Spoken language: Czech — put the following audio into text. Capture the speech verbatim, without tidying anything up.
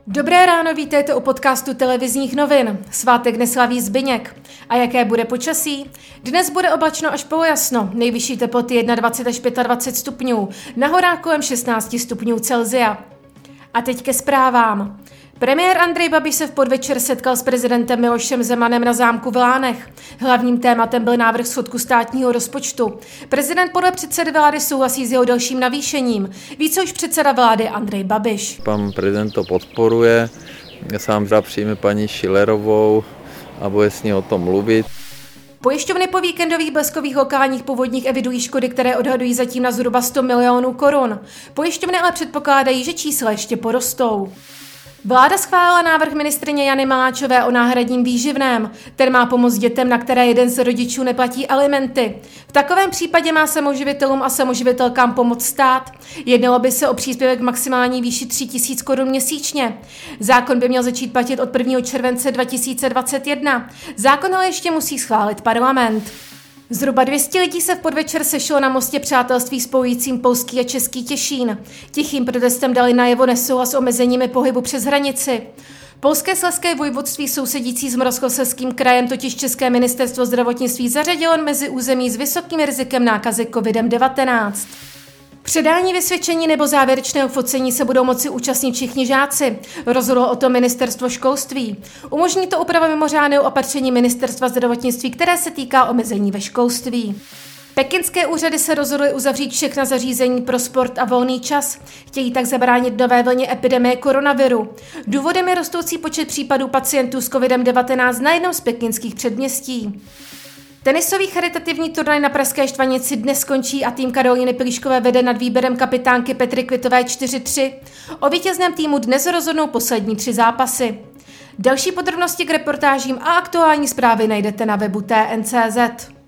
Dobré ráno, vítejte u podcastu televizních novin. Svátek neslaví Zbyněk. A jaké bude počasí? Dnes bude oblačno až polojasno, nejvyšší teploty dvacet jedna až dvacet pět stupňů, na horách kolem šestnáct stupňů Celsia. A teď ke zprávám. Premiér Andrej Babiš se v podvečer setkal s prezidentem Milošem Zemanem na zámku v Lánech. Hlavním tématem byl návrh schodku státního rozpočtu. Prezident podle předsedy vlády souhlasí s jeho dalším navýšením. Více už předseda vlády Andrej Babiš. Pan prezident to podporuje, sám přijme paní Schillerovou a bude s ní o tom mluvit. Pojišťovny po víkendových bleskových lokálních povodních evidují škody, které odhadují zatím na zhruba sto milionů korun. Pojišťovny ale předpokládají, že čísla ještě porostou. Vláda schválila návrh ministryně Jany Maláčové o náhradním výživném. Ten má pomoct dětem, na které jeden z rodičů neplatí alimenty. V takovém případě má samoživitelům a samoživitelkám pomoct stát. Jednalo by se o příspěvek v maximální výši tři tisíce korun měsíčně. Zákon by měl začít platit od prvního července dva tisíce dvacet jedna. Zákon ale ještě musí schválit parlament. Zhruba dvě stě lidí se v podvečer sešlo na mostě přátelství spojujícím polský a český Těšín. Tichým protestem dali najevo nesouhlas s omezeními pohybu přes hranici. Polské slezské vojvodství sousedící s Moravskoslezským krajem totiž České ministerstvo zdravotnictví zařadilo mezi území s vysokým rizikem nákazy covid devatenáct. Předání vysvědčení nebo závěrečného focení se budou moci účastnit všichni žáci. Rozhodlo o tom ministerstvo školství. Umožní to úprava mimořádného opatření ministerstva zdravotnictví, které se týká omezení ve školství. Pekinské úřady se rozhodly uzavřít všechna zařízení pro sport a volný čas. Chtějí tak zabránit nové vlně epidemie koronaviru. Důvodem je rostoucí počet případů pacientů s covid devatenáct na jednom z pekinských předměstí. Tenisový charitativní turnaj na pražské Štvanici dnes skončí a tým Karolíny Pilíškové vede nad výběrem kapitánky Petry Kvitové čtyři tři. O vítězném týmu dnes rozhodnou poslední tři zápasy. Další podrobnosti k reportážím a aktuální zprávy najdete na webu T N C Z.